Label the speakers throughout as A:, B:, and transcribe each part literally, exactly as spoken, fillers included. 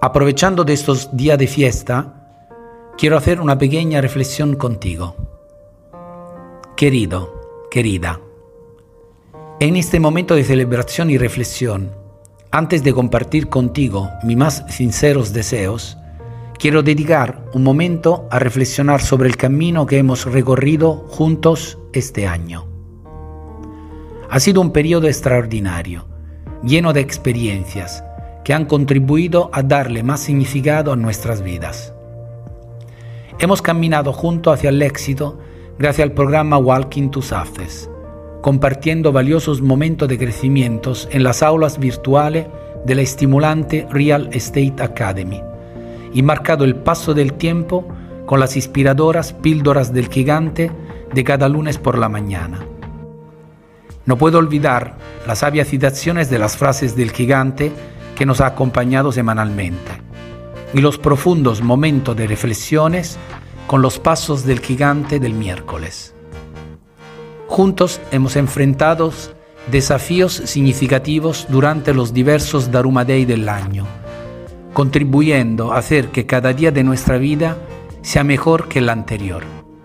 A: Aprovechando de estos días de fiesta, quiero hacer una pequeña reflexión contigo. Querido, querida, en este momento de celebración y reflexión, antes de compartir contigo mis más sinceros deseos, quiero dedicar un momento a reflexionar sobre el camino que hemos recorrido juntos este año. Ha sido un periodo extraordinario, lleno de experiencias que han contribuido a darle más significado a nuestras vidas. Hemos caminado juntos hacia el éxito gracias al programa Walking to Success, compartiendo valiosos momentos de crecimiento en las aulas virtuales de la estimulante Real Estate Academy y marcado el paso del tiempo con las inspiradoras píldoras del gigante de cada lunes por la mañana. No puedo olvidar las sabias citaciones de las frases del gigante que nos ha acompañado semanalmente y los profundos momentos de reflexiones con los pasos del gigante del miércoles. Juntos hemos enfrentado desafíos significativos durante los diversos Daruma Day del año, contribuyendo a hacer que cada día de nuestra vida sea mejor que el anterior.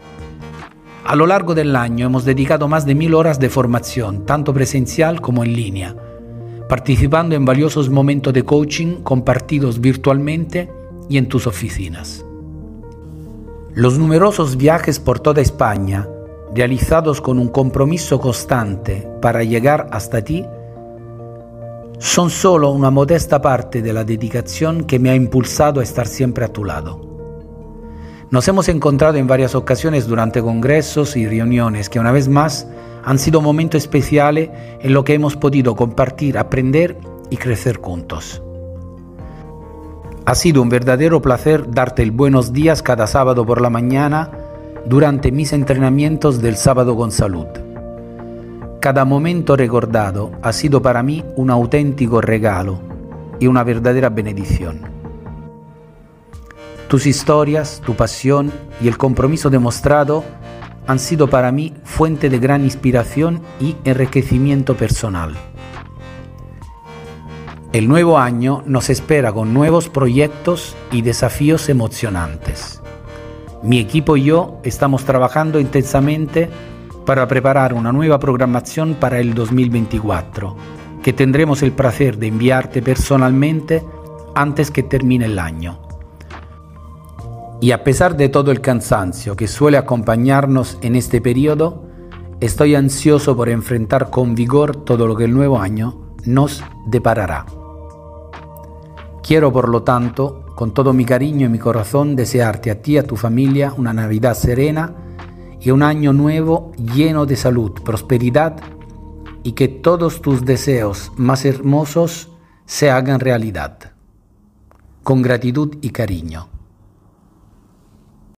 A: A lo largo del año hemos dedicado más de mil horas de formación, tanto presencial como en línea, participando en valiosos momentos de coaching compartidos virtualmente y en tus oficinas. Los numerosos viajes por toda España, realizados con un compromiso constante para llegar hasta ti, son solo una modesta parte de la dedicación que me ha impulsado a estar siempre a tu lado. Nos hemos encontrado en varias ocasiones durante congresos y reuniones que una vez más han sido momentos especiales en los que hemos podido compartir, aprender y crecer juntos. Ha sido un verdadero placer darte el buenos días cada sábado por la mañana durante mis entrenamientos del Sábado con Salud. Cada momento recordado ha sido para mí un auténtico regalo y una verdadera bendición. Tus historias, tu pasión y el compromiso demostrado han sido para mí fuente de gran inspiración y enriquecimiento personal. El nuevo año nos espera con nuevos proyectos y desafíos emocionantes. Mi equipo y yo estamos trabajando intensamente para preparar una nueva programación para el dos mil veinticuatro, que tendremos el placer de enviarte personalmente antes que termine el año. Y a pesar de todo el cansancio que suele acompañarnos en este periodo, estoy ansioso por enfrentar con vigor todo lo que el nuevo año nos deparará. Quiero, por lo tanto, con todo mi cariño y mi corazón, desearte a ti y a tu familia una Navidad serena y un año nuevo lleno de salud, prosperidad y que todos tus deseos más hermosos se hagan realidad. Con gratitud y cariño.